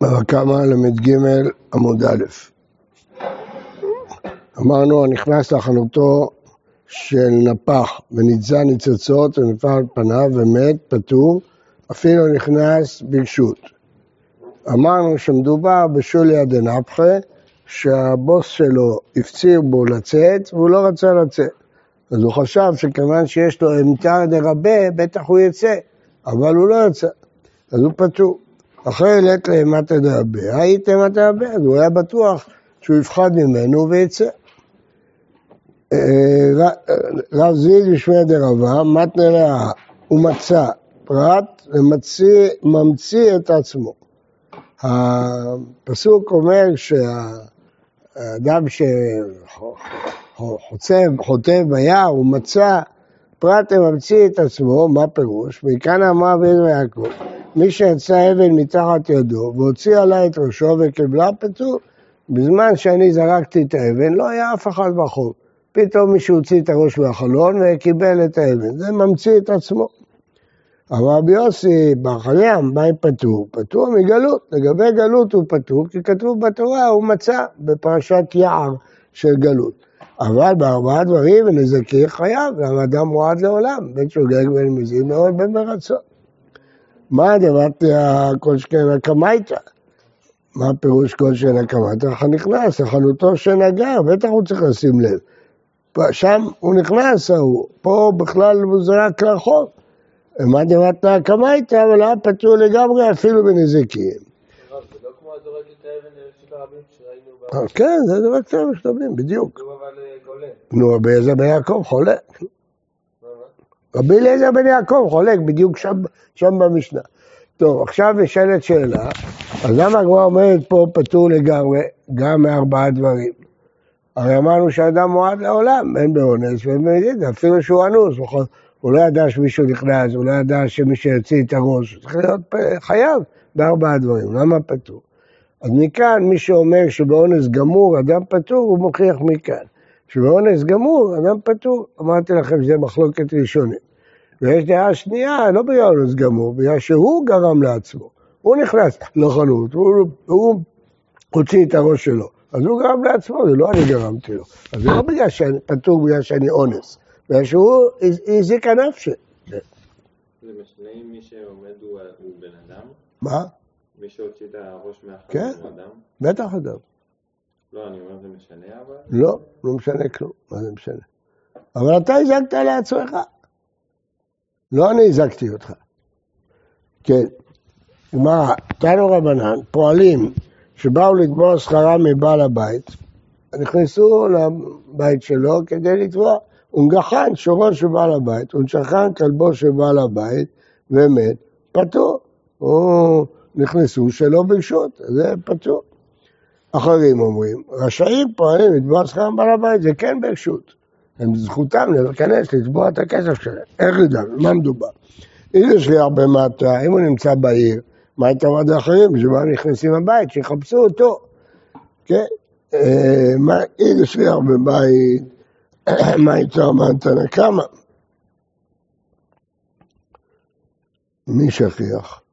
בבא קמא ל"ג עמוד א'. אמרנו, נכנס לחנותו של נפח ונתזה ניצוצות ונפל על פניו ומת, פטור, אפילו נכנס ברשות. אמרנו שמדובר בשולי דנפחא, שהבוס שלו הפציר בו לצאת והוא לא רצה לצאת. אז הוא חשב שכיוון שיש לו אמתר דרבה, בטח הוא יצא, אבל הוא לא יצא, אז הוא פטור. אחרי לית לאמתא דרבה, היית אמתא דרבה, אז הוא היה בטוח שהוא יפחד ממנו ויצא. רב זיד בשמי דרבה, מתנה רעה, הוא מצא פרט וממציא את עצמו. הפסוק אומר שהאדם שחוטב ביער, הוא מצא פרט וממציא את עצמו, מה פירוש? מכאן אמר אבינו יעקב, מי שיצא אבן מתחת ידו והוציא עליי את ראשו וקיבלה פטור, בזמן שאני זרקתי את האבן לא היה אף אחד בחור. פתאום מישהו הוציא את הראש מהחלון וקיבל את האבן, זה ממציא את עצמו. אבל רבי יוסי בר חנינא, מה פטור? פטור מגלות. לגבי גלות הוא פטור, כי כתוב בתורה הוא מצא בפרשת יער של גלות. אבל בארבעה דברים ונזקי חייב, גם אדם מועד לעולם, בן שוגג בן מזיד מאוד בן מרצון. מה דברת כל שכן הקמייתא? מה הפירוש כל שכן הקמייתא? איך נכנס, לחנותו שנגר, בטח הוא צריך לשים לב. שם הוא נכנס, פה בכלל הוא זרק לרחוב. מה דברת הקמייתא, אבל היה פטור לגמרי אפילו בנזקים. זה לא כמו הזורק את האבן של הרבים שראינו כן, זה דבר קצת משתבלים, בדיוק. הוא אבל גולה. נו, רבי אליעזר בן יעקב חולק. רבי אליעזר בן יעקב חולק בדיוק שם במשנה. טוב, עכשיו נשאלת שאלה, אז למה הגמרא אומרת פה פטור לגמרי, גם מארבעה דברים? הרי אמרנו שהאדם מועד לעולם, אין באונס ואין במזיד, אפילו שהוא אנוס, הוא לא ידע שמישהו נכנס, הוא לא ידע שמישהו יוציא את הראש, צריך להיות חייב בארבעה דברים, למה פטור? אז מכאן מי שאומר שבאונס גמור אדם פטור, הוא מוכיח מכאן. שבאונס גמור אדם פטור, אמרתי לכם שזה מחלוקת ראשונית. ויש דעה שנייה, לא בגלל אונס גמור, בגלל שהוא גרם לעצמו. הוא נכנס לחנות, הוא הוציא את הראש שלו, אז הוא גרם לעצמו, זה לא אני גרמתי לו. אז זה לא בגלל שאני פטור, בגלל שאני אונס. בגלל שהוא הזיק הנפשי. זה משנה אם מי שעומד הוא בן אדם? מה? מי שהוציא את הראש מהחלון כן, הוא אדם? בטח אדם. לא, אני אומר זה משנה אבל? לא, לא משנה כלום, מה זה משנה? אבל אתה הזקת לעצמך. לא אני הזקתי אותך. כן. מה, תנו רבנן, פועלים שבאו לתבוע שכרם מבעל הבית, נכנסו לבית שלו כדי לתבוע. ונגחן שורו של בעל הבית, ונשכן כלבו של בעל הבית, ומת, פטור. או נכנסו שלא ברשות, זה פטור. אחרים אומרים, רשאים פועלים לתבוע שכרם בעל הבית, זה כן ברשות. הם זכותם להיכנס, לתבוע את הכסף שלהם. איך לדעת? מה מדובר? אם יש לי הרבה מטה, אם הוא נמצא בעיר, מה הייתה עוד האחרים? בשביל מה נכנסים לבית? שיחפשו אותו. כן? אם יש לי הרבה בית, מה יצא מהתנא קמא? מי שכיח?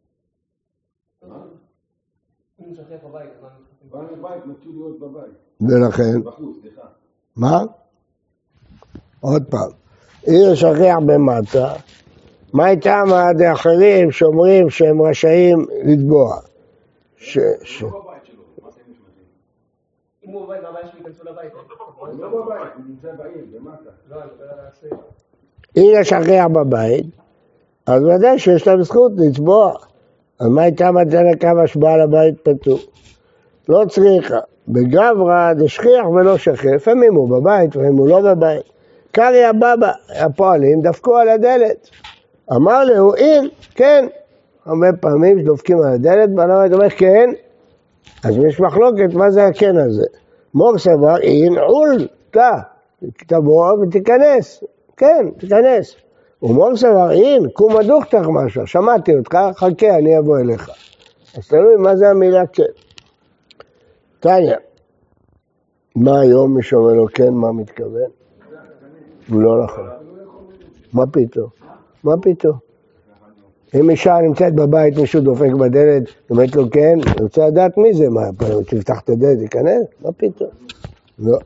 אם שכיח בבית, בא לבית, מצאו להיות בבית. ולכן? בחוץ, סליחה. מה? עוד פעם. אם שכיח במטה, מה איתם האחרים שאומרים שהם רשאים לתבוע? לא בבית שלו, מה אתם משמעותים? אם הוא בבית, בבית שלו ייכנסו לבית. הוא לא בבית, הוא נמצא בעיר, במטה. לא, אני מדבר על הסביבה. אם ישכיח בבית, אז ודאי שיש להם זכות לתבוע. אז מה איתם התנא קמא שבעל הבית פטור? לא צריכה. בגברא דשכיח ולא שכיח, לפעמים הוא בבית, לפעמים הוא לא בבית. קרעי הבבא, הפועלים דפקו על הדלת. אמר לו, אין, כן. הרבה פעמים שדופקים על הדלת, בעל הבית אומר כן. אז יש מחלוקת, מה זה הכן הזה? מור סבר, אין עול, תבוא ותיכנס. כן, תיכנס. ומור סבר, אין, קום הדוכתך משהו, שמעתי אותך, חכה, אני אבוא אליך. אז תלוי מה זה המילה כן. תניא, מה היום מי שאומר לו כן, מה מתכוון? הוא לא נכון. מה פתאום? מה פתאום? אם אישה נמצאת בבית, מישהו דופק בדלת, אומרת לו כן, אני רוצה לדעת מי זה, מה, תפתח את הדלת, תיכנס? מה פתאום? לא.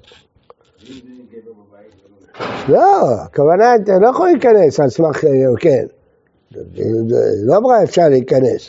לא, הכוונה, אתה לא יכול להיכנס על סמך, כן. לא אמרה אפשר להיכנס.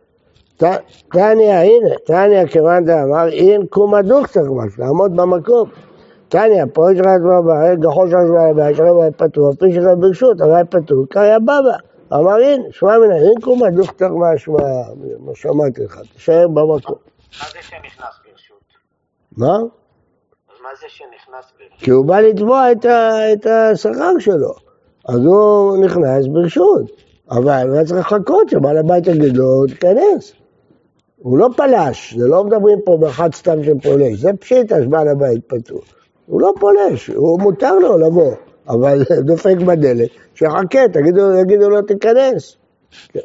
תניא, הנה, תניא כיוון דאמר, אין קומא דוכתא, לעמוד במקום. תניא, פה יש לך בבית, גחול שלך בבית, שלך בבית פתוח, פי שלך ברשות, הבית פתוח, קריא בבא. אמר אין, שמע מן, אין קומא דוכתא משמע, מה שמעתי לך, תשאר במקום. מה זה שנכנס ברשות? מה? אז מה זה שנכנס ברשות? כי הוא בא לתבוע את השכר שלו, אז הוא נכנס ברשות, אבל הוא צריך לחכות שבעל הבית יגיד לו, תיכנס. הוא לא פלש, זה לא מדברים פה באחד סתם שפולש, זה פשיטה שבעל הבית פתוח. הוא לא פולש, הוא מותר לו לבוא, אבל דופק בדלת, שחכה, יגידו לו תיכנס. כן.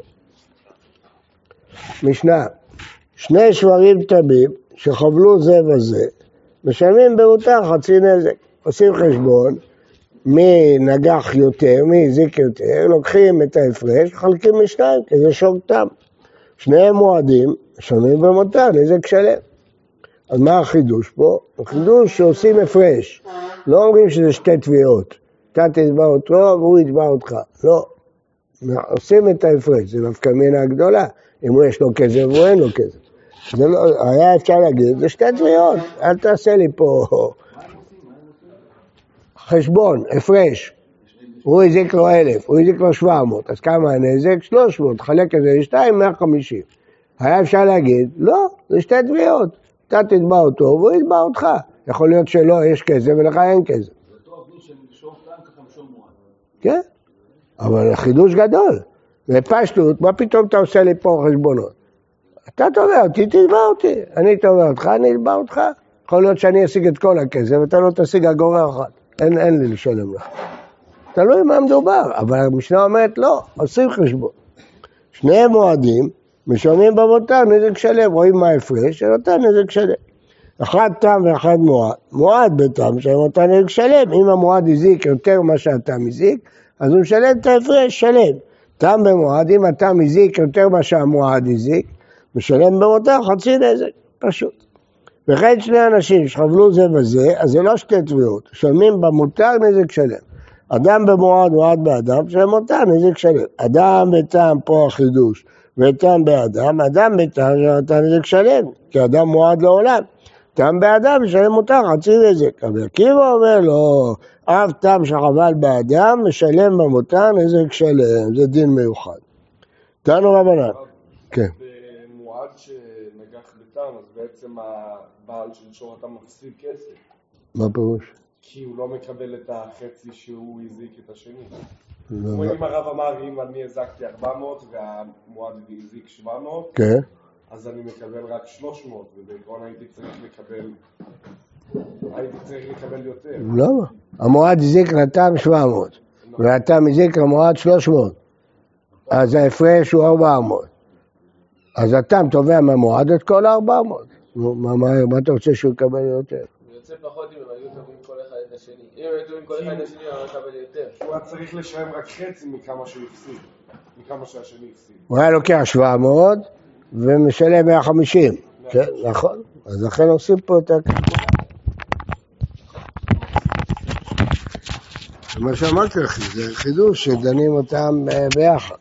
משנה, שני שברים תמים שחבלו זה וזה, משלמים במותר חצי נזק, עושים חשבון, מי נגח יותר, מי הזיק יותר, לוקחים את ההפרש, חלקים משניים, כי זה שור תם. שניהם מועדים, משלמים במותר, נזק שלם. אז מה החידוש פה? החידוש שעושים הפרש. לא אומרים שזה שתי תביעות. אתה תתבע אותו והוא יתבע אותך. לא. עושים את ההפרש, זה נפקא מינה גדולה. אם יש לו כסף או אין לו כסף. זה לא, היה אפשר להגיד, זה שתי תביעות. אל תעשה לי פה חשבון, הפרש. הוא הזיק לו 1,000, הוא הזיק לו 700. אז כמה הנזק? 300. חלק את זה ל2, 150. היה אפשר להגיד, לא, זה שתי תביעות. אתה תתבע אותו והוא יתבע אותך. יכול להיות שלא, יש כסף ולך אין כסף. זה אותו אבני של שור תם ככה משור מועד. כן, אבל חידוש גדול. בפשטות, מה פתאום אתה עושה לי פה חשבונות? אתה תובע אותי, תתבע אותי. אני תובע אותך, אני אתבע אותך. יכול להיות שאני אשיג את כל הכסף, ואתה לא תשיג אגורה אחת. אין לי לשלם לך. תלוי מה מדובר, אבל המשנה אומרת לא, עושים חשבון. שני מועדים, משלמים במותר נזק שלם, רואים מה ההפרש, שנותן נזק שלם. אחד תם ואחד מועד. מועד בתם שנותן נזק שלם, אם המועד הזיק יותר מה שהתם הזיק, אז הוא משלם את ההפרש שלם. תם במועד, אם התם הזיק יותר מה שהמועד הזיק, משלם במותר חצי נזק, פשוט. וכן שני אנשים שחבלו זה וזה, אז זה לא שתי תביעות, משלמים במותר נזק שלם. אדם במועד מועד באדם, שמותר נזק שלם. אדם בתם פה החידוש, ותם באדם, אדם בתם שנותן נזק שלם, כי אדם מועד לעולם. תם באדם משלם מותר חצי נזק. אבל עקיבא אומר לו, אף תם שחבל באדם, משלם במותר נזק שלם, זה דין מיוחד. תנו רבנן. כן. במועד שנגח בתם, אז בעצם הבעל של שור התם מפסיד כסף. מה פירוש? כי הוא לא מקבל את החצי שהוא הזיק את השני. כמו אם הרב אמר, אם אני הזקתי 400 והמועד הזיק 700, כן. אז אני מקבל רק 300, ובעקרון הייתי צריך לקבל יותר. למה? המועד הזיק לתם 700, והתם הזיק למועד 300, אז ההפרש הוא 400. אז התם תובע מהמועד את כל 400. מה אתה רוצה שהוא יקבל יותר? הוא יוצא פחות אם הם היו טובים כל אחד את השני. אם הם היו טובים כל אחד את השני, הוא יקבל יותר. הוא היה צריך לשלם רק חצי מכמה שהוא הפסיד, מכמה שהשני הפסיד. הוא היה לוקח 700 ומשלם 150. כן, נכון. אז לכן עושים פה את מה שאמרתי לכם, זה חידוש שדנים אותם ביחד.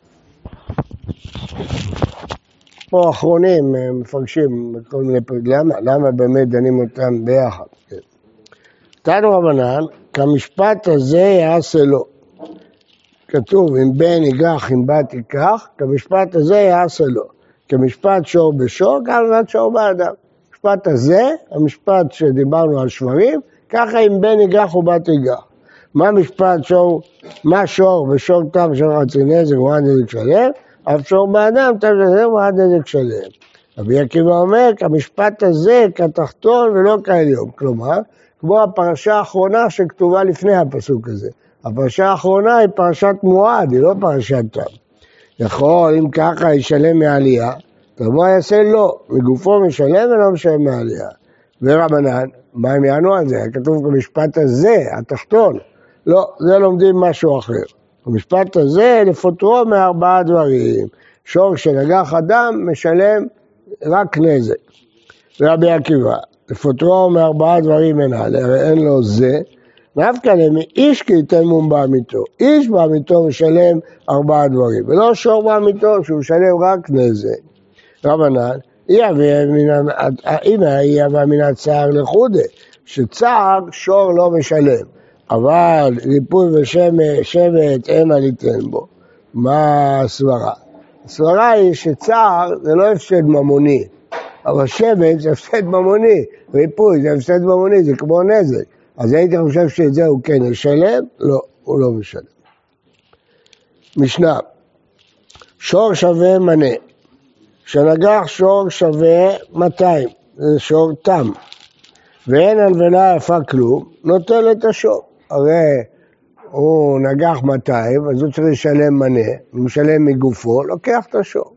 פה האחרונים מפרשים כל מיני פרקים, למה באמת דנים אותם ביחד. תנו רבנן, כמשפט הזה יעשה לו. כתוב, אם בן יגח, אם בת ייקח, כמשפט הזה יעשה לו. כמשפט שור בשור, גם משפט שור באדם. המשפט הזה, המשפט שדיברנו על שברים, ככה אם בן יגח ובת יגח. מה משפט שור, מה שור ושור תם שור חצי נזק ומועד נזק שלם, אף שור באדם תם שור נזק ומועד נזק שלם. רבי עקיבא אומר, המשפט הזה כתחתון ולא כעליון. כלומר, כמו הפרשה האחרונה שכתובה לפני הפסוק הזה. הפרשה האחרונה היא פרשת מועד, היא לא פרשת תם. יכול, אם ככה ישלם מעלייה, תבוא יעשה לא, מגופו משלם ולא משלם מעלייה. ורבנן, מה הם יענו על זה? כתוב במשפט הזה, התחתון. לא, זה לומדים משהו אחר. המשפט הזה לפוטרו מארבעה דברים. שור שנגח אדם משלם רק נזק. רבי עקיבא, לפוטרו מארבעה דברים אין לו זה, נפקא למי איש כי ייתן מום בעמיתו. איש בעמיתו משלם 4 דברים, ולא שור בעמיתו שהוא משלם רק נזק. רבנן, הנה היא הווה מן הצער לחודה, שצער שור לא משלם, אבל ריפוי ושבט אין ליתן בו. מה הסברה? הסברה היא שצער זה לא הפסד ממוני, אבל שבט זה הפסד ממוני, ריפוי זה הפסד ממוני, זה כמו נזק. אז הייתי חושב שאת זה הוא כן ישלם? לא, הוא לא משלם. משנה, שור שווה מנה, שנגח שור שווה 200, זה שור תם, ואין הלבנה יפה כלום, נוטל את השור. הרי הוא נגח 200, אז הוא צריך לשלם מנה, הוא משלם מגופו, לוקח את השור.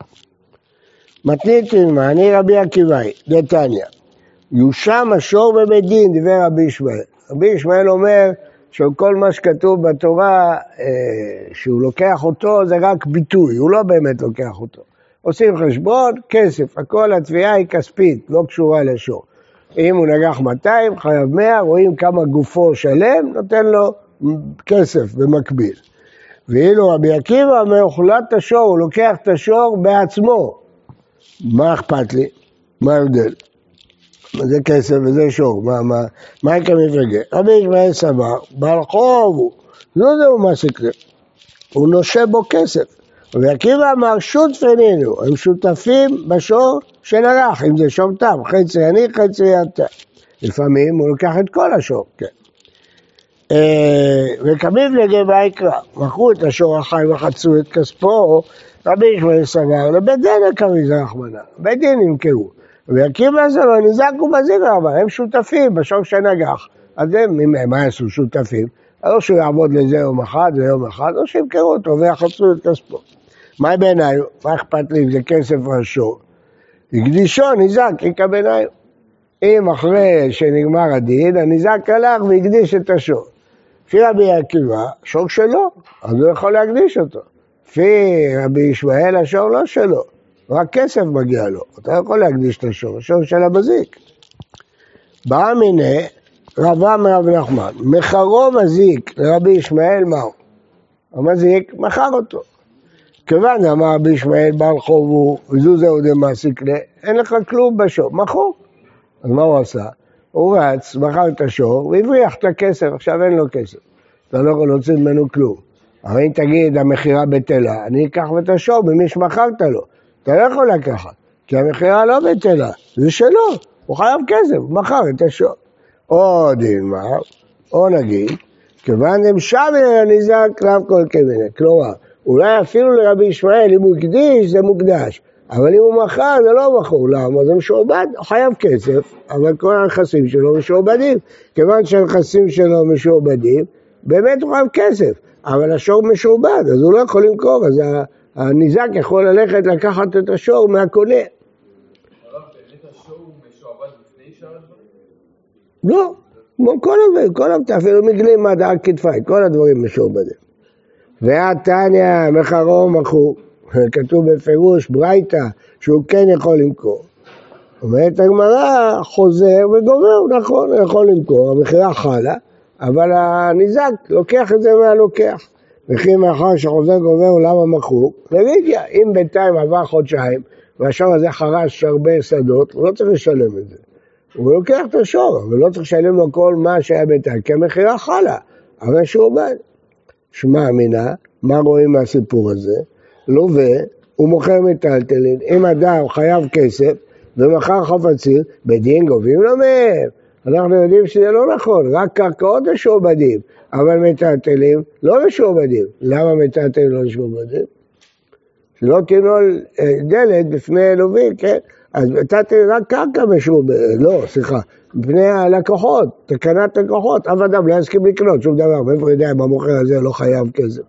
מתנית תלמה, אני רבי עקיבאי, דתניא, יושם השור בבית דין, דיבר רבי ישמעאל. רבי ישמעאל אומר שכל מה שכתוב בתורה, שהוא לוקח אותו, זה רק ביטוי, הוא לא באמת לוקח אותו. עושים חשבון, כסף, הכל התביעה היא כספית, לא קשורה לשור. אם הוא נגח 200, חייב 100, רואים כמה גופו שלם, נותן לו כסף במקביל. ואילו רבי עקיבא מאוכלת השור, הוא לוקח את השור בעצמו. מה אכפת לי? מה ההבדל? זה כסף וזה שור, מה יקרה מפגר? רבי ישמעאל סבר, ברחוב הוא, זהו מה שקרה, הוא נושה בו כסף. רבי עקיבא אמר שותפנינו, הם שותפים בשור שנגח, אם זה שור תם, חצי אני, חצי אתה. לפעמים הוא לוקח את כל השור, כן. וקמיב לגבי יקרא, מכרו את השור החי וחצו את כספו, רבי ישמעאל סבר, לבית דין הקריב זה רחמנא, בית דין ימכרו. ועקיבא סבר, נזקו בזירה, אבל הם שותפים בשור שנגח. אז הם, מה יעשו שותפים? או שהוא יעבוד לזה יום אחד ויום אחד, או שימכרו אותו ויחצו את כספו. מה בעיניי? מה אכפת לי אם זה כסף או השור? הקדישו, נזק, יקה בעיניי. אם אחרי שנגמר הדין, הנזק הלך והקדיש את השור. לפי רבי עקיבא, שור שלו, אז הוא יכול להקדיש אותו. לפי רבי ישמעאל, השור לא שלו. רק כסף מגיע לו, אתה יכול להקדיש את השור, השור של המזיק. בא מיני, רבה מרב נחמן, מחרו מזיק לרבי ישמעאל מהו? המזיק מחר אותו. כיוון אמר רבי ישמעאל בעל חוב הוא, וזהו דמעסיק לה, אין לך כלום בשור, מחור. אז מה הוא עשה? הוא רץ, מחר את השור, והבריח את הכסף, עכשיו אין לו כסף. אתה לא יכול להוציא ממנו כלום. אבל אם תגיד, המחירה בטלה, אני אקח את השור ממי שמכרת לו. אתה לא יכול לקחת, כי המחירה לא בטלה, זה שלו, הוא חייב כסף, הוא מכר את השור. או דילמר, או נגיד, כיוון הם שם לנזק לאו כל כמיני. כלומר, אולי אפילו לרבי ישמעאל, אם הוא הקדיש, זה מוקדש. אבל אם הוא מכר, זה לא מכור. למה? זה משועבד, הוא חייב כסף, אבל כל הנכסים שלו משועבדים. כיוון שהנכסים שלו משועבדים, באמת הוא חייב כסף. אבל השור משועבד, אז הוא לא יכול למכור, אז הנזק יכול ללכת לקחת את השור מהקונה. הרב, באמת השור משועבד לפני שאר הדברים? לא, כמו כל הדברים, כל הדברים, אפילו מגלים עד כתפיים, כל הדברים משועבדים. והתניא מחרו מכור, כתוב בפירוש ברייתא שהוא כן יכול למכור. אומרת הגמרא חוזר וגומר, נכון, הוא יכול למכור, המחירה חלה, אבל הנזק לוקח את זה מהלוקח. וכי מאחר שחוזר גובר למה מכור, לרידיה, אם בינתיים עבר חודשיים, והשור הזה חרש הרבה שדות, הוא לא צריך לשלם את זה. הוא לוקח את השור, אבל לא צריך לשלם לו כל מה שהיה בינתיים, כי המחירה חלה, אבל שהוא בא. שמע מינה, מה רואים מהסיפור הזה? לווה, הוא מוכר מטלטלין, אם אדם חייב כסף, ומחר חפצים, בדין גובים לו מהם. אנחנו יודעים שזה לא נכון, רק קרקעות משועבדים, אבל מטלטלים לא משועבדים. למה מטלטלים לא משועבדים? שלא תנעול דלת בפני לווים, כן? אז מטלטלים רק קרקע משועבדים, לא, סליחה, בפני הלקוחות, תקנת לקוחות, אף אדם לא יסכים לקנות שום דבר, מאיפה יודע אם המוכר הזה לא חייב כסף.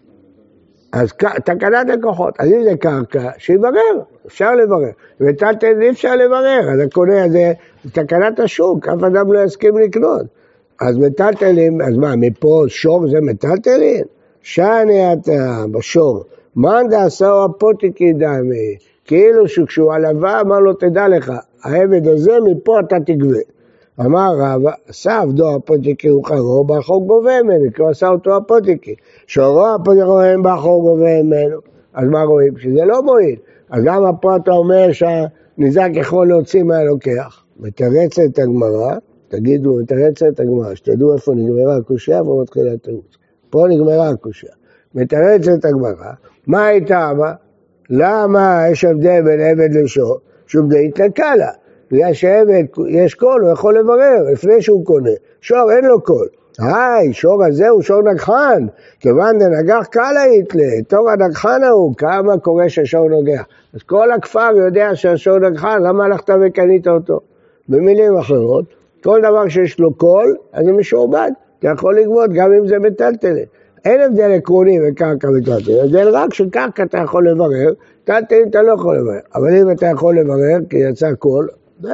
אז תקנת לקוחות, אז אם זה קרקע, שיברר, אפשר לברר. מטלטלין אי אפשר לברר, אז הקונה הזה, תקנת השוק, אף אדם לא יסכים לקנות. אז מטלטלין, אז מה, מפה שור זה מטלטלין? שאני אתה בשור, מאן דעשהו אפוטיקי דמי, כאילו שכשהוא עלווה אמר לו תדע לך, העבד הזה מפה אתה תגבה. אמר רב, עשה עבדו אפוטיקי הוא חרו, בחור גובה ממנו, כי הוא עשה אותו אפוטיקי. שורו אפוטיקי רואים בחור גובה ממנו. אז מה רואים? שזה לא מועיל. אז למה פה אתה אומר שהניזק יכול להוציא מהלוקח? מתרצת הגמרא, תגידו, מתרצת הגמרא, שתדעו איפה נגמרה הקושיה ומתחילה התירוץ. פה נגמרה הקושיה. מתרצת הגמרא, מה הייתה אמה? למה יש הבדל בין עבד לשור? שום דאית לקלה. בגלל שעבד יש קול, הוא יכול לברר לפני שהוא קונה. שור אין לו קול. שור הזה הוא שור נגחן. כיוון דנגח קלה יתלה, תור הנגחן ההוא, כמה קורה ששור נוגח. אז כל הכפר יודע שהשור נגחן, למה הלכת וקנית אותו? במילים אחרות, כל דבר שיש לו קול, אז זה משועבד. אתה יכול לגבות גם אם זה מטלטלת. אין הבדל עקרוני וקרקע מטלטלת. הבדל רק שקרקע אתה יכול לברר, טלטלת אתה לא יכול לברר. אבל אם אתה יכול לברר, כי יצא קול, די.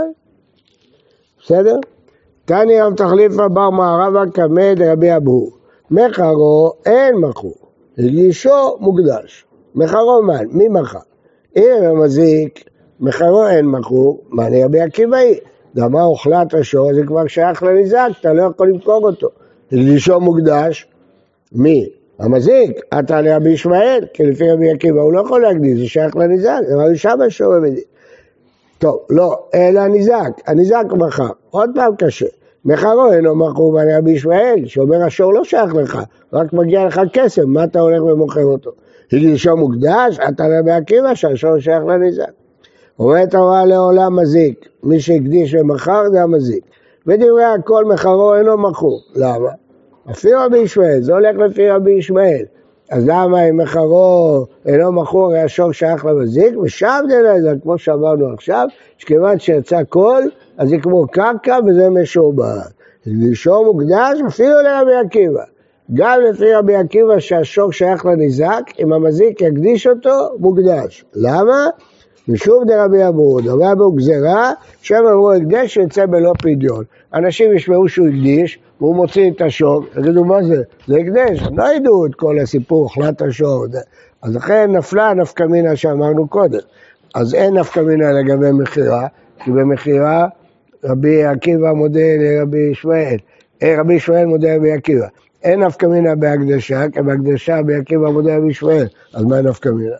בסדר? תני רב תחליפה בר מערבה כמד רבי אבהו. מחרו אין מכור. הגישו מוקדש. מחרו מן, מי מחר? אם המזיק, מחרו אין מכור, מני רבי עקיבאי. דמה אוכלת השור, זה כבר שייך לניזק, אתה לא יכול למכור אותו. הגישו מוקדש, מי? המזיק, אתה לרבי ישמעאל, כי לפי רבי עקיבא הוא לא יכול להקדיש, זה שייך לניזק, זה רבי שם השור בדין. טוב, לא, אלא הניזק מחר, עוד פעם קשה. מחרו אינו מכור בני רבי ישמעאל, שאומר השור לא שייך לך, רק מגיע לך כסף, מה אתה הולך ומוכר אותו? הגישו מוקדש, אתה לרבי עקיבא, שהשור שייך לניזק. אומרת הרעה לעולם מזיק, מי שהקדיש ומחר זה המזיק. ודברי הכל מחרו אינו מכור, למה? לפי רבי ישמעאל, זה הולך לפי רבי ישמעאל. אז למה אם מחרו אינו מכור, הרי השור שייך למזיק, ושם זה כמו שאמרנו עכשיו, שכיוון שיצא קול, אז זה כמו קרקע וזה משועבד. לשור מוקדש אפילו לרבי עקיבא. גם לפי רבי עקיבא שהשור שייך לניזק, אם המזיק יקדיש אותו, מוקדש. למה? משום דרבי אבהו, דרבי אבהו גזירה, שם אמרו הקדש שיצא בלא פדיון. אנשים ישמעו שהוא הקדיש, והוא מוציא את השור, יגידו מה זה? זה הקדש, הם לא ידעו את כל הסיפור, אוכלת השור. אז לכן נפלה נפקא מינה שאמרנו קודם. אז אין נפקא מינה לגבי מחירה, כי במחירה רבי עקיבא מודה לרבי ישמעאל, רבי ישמעאל מודה לרבי עקיבא. אין נפקא מינה בהקדשה, כי בהקדשה רבי עקיבא מודה לרבי ישמעאל, אז מה נפקא מינה?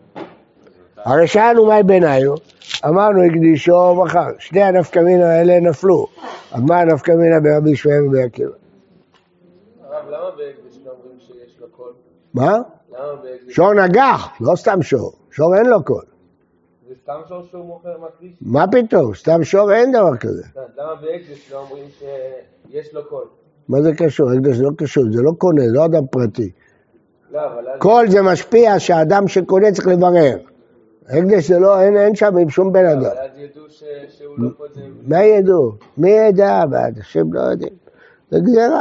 הרי שאלנו מהי בינינו, אמרנו הקדישו מחר, שני הנפקא מינה האלה נפלו, אז מה הנפקא מינה ברבי ישמעאל ורבי עקיבא? הרב, למה בהקדש לא אומרים שיש לו קול? מה? למה בהקדש? שור נגח, לא סתם שור, שור אין לו קול. זה סתם שור שהוא מוכר מקדיש? מה פתאום, סתם שור אין דבר כזה. למה בהקדש לא אומרים שיש לו קול? מה זה קשור? הקדש לא קשור, זה לא קונה, לא אדם פרטי. לא, אבל... קול זה משפיע שהאדם שקונה צריך לברר. הקדש זה לא, אין שם שום בן אדם. אבל אז ידעו שהוא לא פה זה... מה ידעו? מי ידע? אנשים לא יודעים. זה גזירה.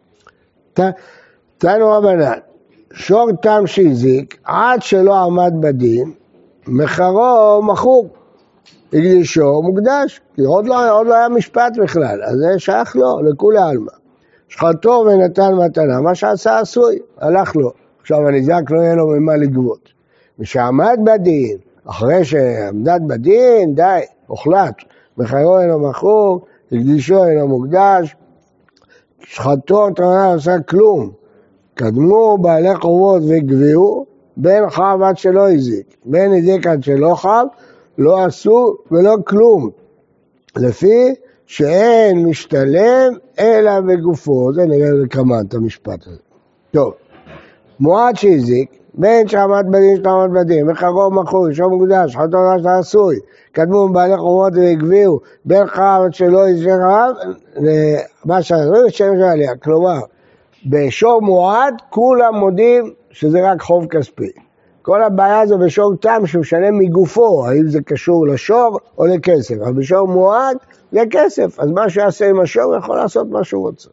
תנו רבנן, שור תם שהזיק, עד שלא עמד בדין, מחרו מכור. הקדישו מוקדש, כי עוד לא היה משפט בכלל, אז זה שייך לו, לכולי עלמא. שחטו ונתן מתנה, מה שעשה עשוי, הלך לו. עכשיו הניזק לא יהיה לו ממה לגבות. ושעמד בדין, אחרי שעמדת בדין, די, הוחלט. מחרו אינו מכור, הקדישו אינו מוקדש, שחטו תרנה עשה כלום. קדמו בעלי חובות וגביעו, בין חב עד שלא הזיק. בין הזיק עד שלא חב, לא עשו ולא כלום. לפי שאין משתלם אלא בגופו. זה נראה לקרמן את המשפט הזה. טוב, מועד שהזיק, בין שעמד בדין שעמד בדין, מחרו מכור, שור מוקדש, חטא רשע עשוי, קדמו בעלי חובות והגביעו, בין חב עד שלא הזיק רב, מה שעשוי ושם שעליה. כלומר, בשור מועד כולם מודים שזה רק חוב כספי. כל הבעיה זה בשור תם שהוא משלם מגופו, האם זה קשור לשור או לכסף. אבל בשור מועד זה כסף, אז מה שיעשה עם השור הוא יכול לעשות מה שהוא רוצה.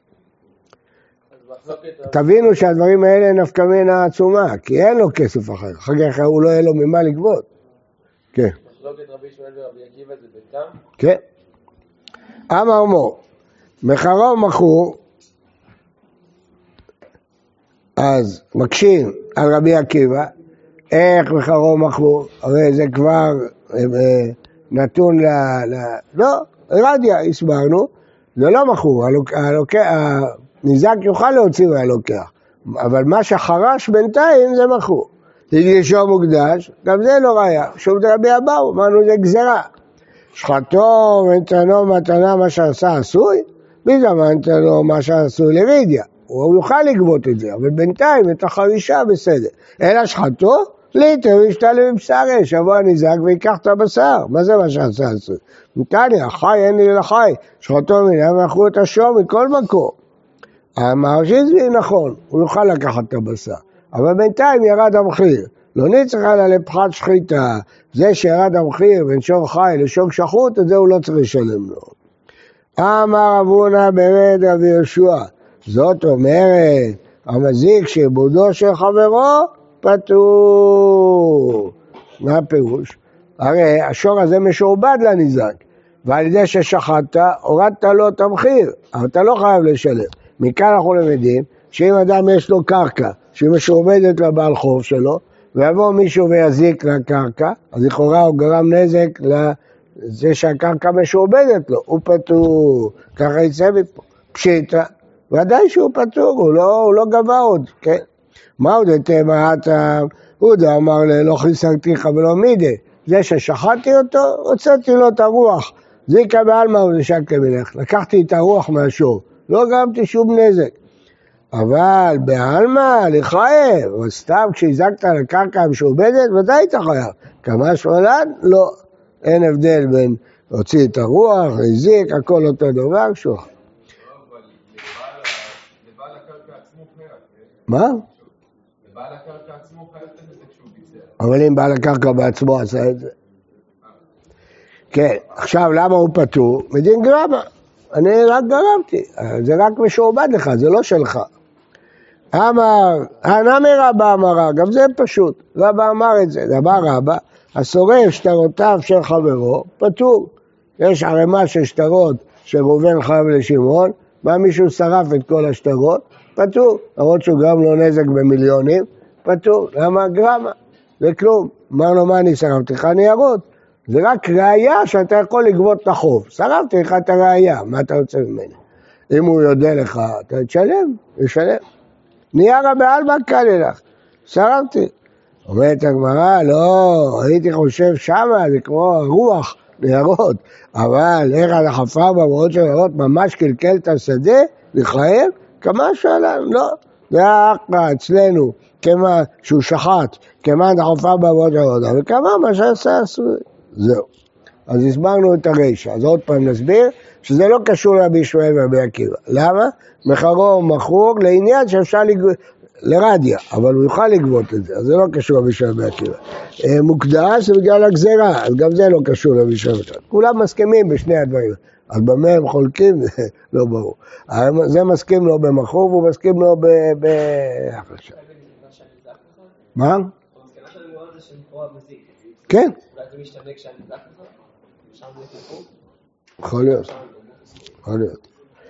תבינו שהדברים האלה נפקא מינה עצומה, כי אין לו כסף אחר, אחר כך הוא לא יהיה לו ממה לגבות. כן. מחלוקת רבי ישמעאל ורבי עקיבא זה בתם? כן. אמר מור, מחרו מכור, אז מקשים על רבי עקיבא, איך מחרו מכרו, הרי זה כבר נתון לא, רדיה, הסברנו, זה לא מכרו, הניזק יוכל להוציא מהלוקח, אבל מה שחרש בינתיים זה מכרו. הקדישו מוקדש, גם זה לא ראיה, שוב דרבי אבאו, אמרנו זה גזרה. שחטו ונתנו מתנה מה שעשה עשוי, בזמן נתנו מה שעשוי לרידיה, הוא יוכל לגבות את זה, אבל בינתיים את החרישה בסדר. אלא שחטו, ליטר וישתלם מבשרי, שבוע הניזק ויקח את הבשר, מה זה מה שעשה עשוי? נתניה, חי אין לי לחי, שחטו מינה ואכלו את השור מכל מקום. המהרשיזבי נכון, הוא יוכל לקחת את הבשר, אבל בינתיים ירד המחיר. לא נצטרך אלא לפחת שחיטה, זה שירד המחיר בין שור חי לשור שחוט, את זה הוא לא צריך לשלם לו. אמר רב הונא ברד רבי יהושע, זאת אומרת, המזיק שבודו של חברו פטור. מה הפירוש? הרי השור הזה משועבד לניזק, ועל ידי ששחטת, הורדת לו את המחיר, אבל אתה לא חייב לשלם. מכאן אנחנו למדים שאם אדם יש לו קרקע, שהיא משועבדת לבעל חוב שלו, ויבוא מישהו ויזיק לקרקע, אז לכאורה הוא גרם נזק לזה שהקרקע משועבדת לו, הוא פטור, ככה יצא מפה, פשיטה, ודאי שהוא פטור, הוא לא גבה עוד, כן? מה עוד הייתם מהתם? הודה אמר לא חיסרתיך ולא מידי, זה ששחטתי אותו, הוצאתי לו את הרוח, זיקה בעלמא ונשק למלך, לקחתי את הרוח מהשור, לא גרמתי שום נזק. אבל בעלמא לחייב, או סתם כשהזקת על הקרקע המשועבדת, ודאי אתה חייב. כמה שמלן? לא. אין הבדל בין הוציא את הרוח, הזיק, הכל אותו דבר, שוב. אבל לבעל הקרקע עצמו חייב. מה? לבעל הקרקע עצמו חייב את הנזק שהוא ביצע. אבל אם בעל הקרקע בעצמו עשה את זה. כן, עכשיו למה הוא פטור? מדין גרמה. אני רק גרמתי, זה רק משועבד לך, זה לא שלך. אמר, הנמי רבא אמרה, גם זה פשוט, רבא אמר את זה, דבר רבא, השורף שטרותיו של חברו, פטור. יש ערימה של שטרות שראובן חייב לשמעון, בא מישהו שרף את כל השטרות, פטור. למרות שהוא גרם לו נזק במיליונים, פטור. למה גרמה? זה כלום. אמר לו, מה אני שרפתי לך ניירות? זה רק ראייה שאתה יכול לגבות את החוב. שרפתי לך את הראייה, מה אתה רוצה ממני? אם הוא יודע לך, אתה תשלם, ישלם. ניירה בעלמא קל לך, שרפתי. אומרת הגמרא, לא, הייתי חושב שמה, זה כמו רוח, ניירות. אבל איך החפר במרות של ניירות ממש קלקל את השדה, לחייב? כמה שאלה? לא. זה היה אצלנו, כמה שהוא שחט, כמה החפר במרות של ניירות, אבל כמה מה שעשה עשוי. זהו. אז הסברנו את הרשע. אז עוד פעם נסביר שזה לא קשור לרבי ישמעאל ורבי עקיבא. למה? מחרו מכרור לעניין שאפשר לרדיה, אבל הוא יוכל לגבות את זה. אז זה לא קשור לרבי ישמעאל ורבי עקיבא. מוקדש זה בגלל הגזרה, אז גם זה לא קשור לרבי ישמעאל ורבי עקיבא. כולם מסכימים בשני הדברים. אז במה הם חולקים? לא ברור. זה מסכים לו במכרור והוא מסכים לו מה? כן. זה משתנה כשאני זק לך? שם זה טיפור? יכול להיות. יכול להיות.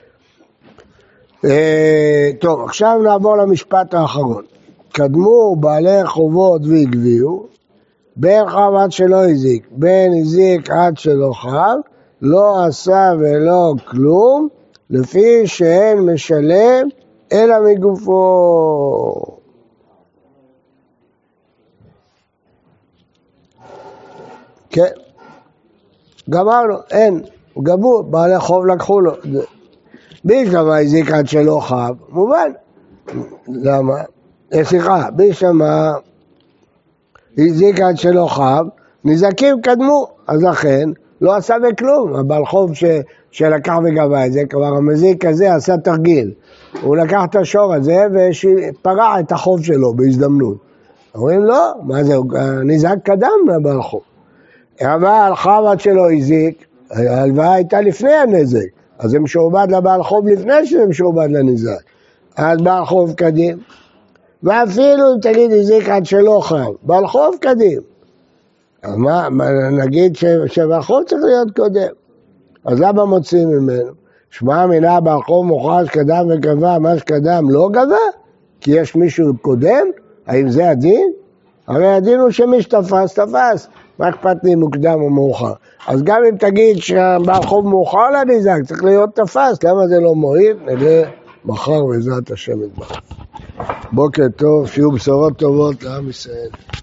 טוב, עכשיו נעבור למשפט האחרון. קדמו בעלי חובות והגביעו, בין חב עד שלא הזיק, בין הזיק עד שלא חב, לא עשה ולא כלום, לפי שאין משלם אלא מגופו. כן, גמרנו, אין, גבו, בעלי חוב לקחו לו. בישלמה הזיק עד שלא חב, מובן. למה? סליחה, בישלמה הזיק עד שלא חב, נזקים קדמו, אז לכן לא עשה בכלום. הבעל חוב שלקח וגבה את זה, כבר המזיק הזה עשה תרגיל. הוא לקח את השור הזה ופרע את החוב שלו בהזדמנות. אומרים לא, מה זה, נזק קדם לבעל חוב. אבל חב עד שלא הזיק, ההלוואה הייתה לפני הנזק, אז זה משועבד לבעל חוב לפני שזה משועבד לנזק. אז בעל חוב קדים, ואפילו אם תגיד הזיק עד שלא חב, בעל חוב קדים. אז מה, נגיד שבעל חוב צריך להיות קודם. אז למה מוצאים ממנו? שמע מינה בעל חוב מוכרז קדם וגבה, מה שקדם לא גבה? כי יש מישהו קודם? האם זה הדין? הרי הדין הוא שמי שתפס, תפס. מה אכפת לי מוקדם או מאוחר? אז גם אם תגיד שהחוב מאוחר לניזק, צריך להיות תפס. למה זה לא מועיל? נראה מחר בעזרת השם יתברך. בוקר טוב, שיהיו בשורות טובות לעם ישראל.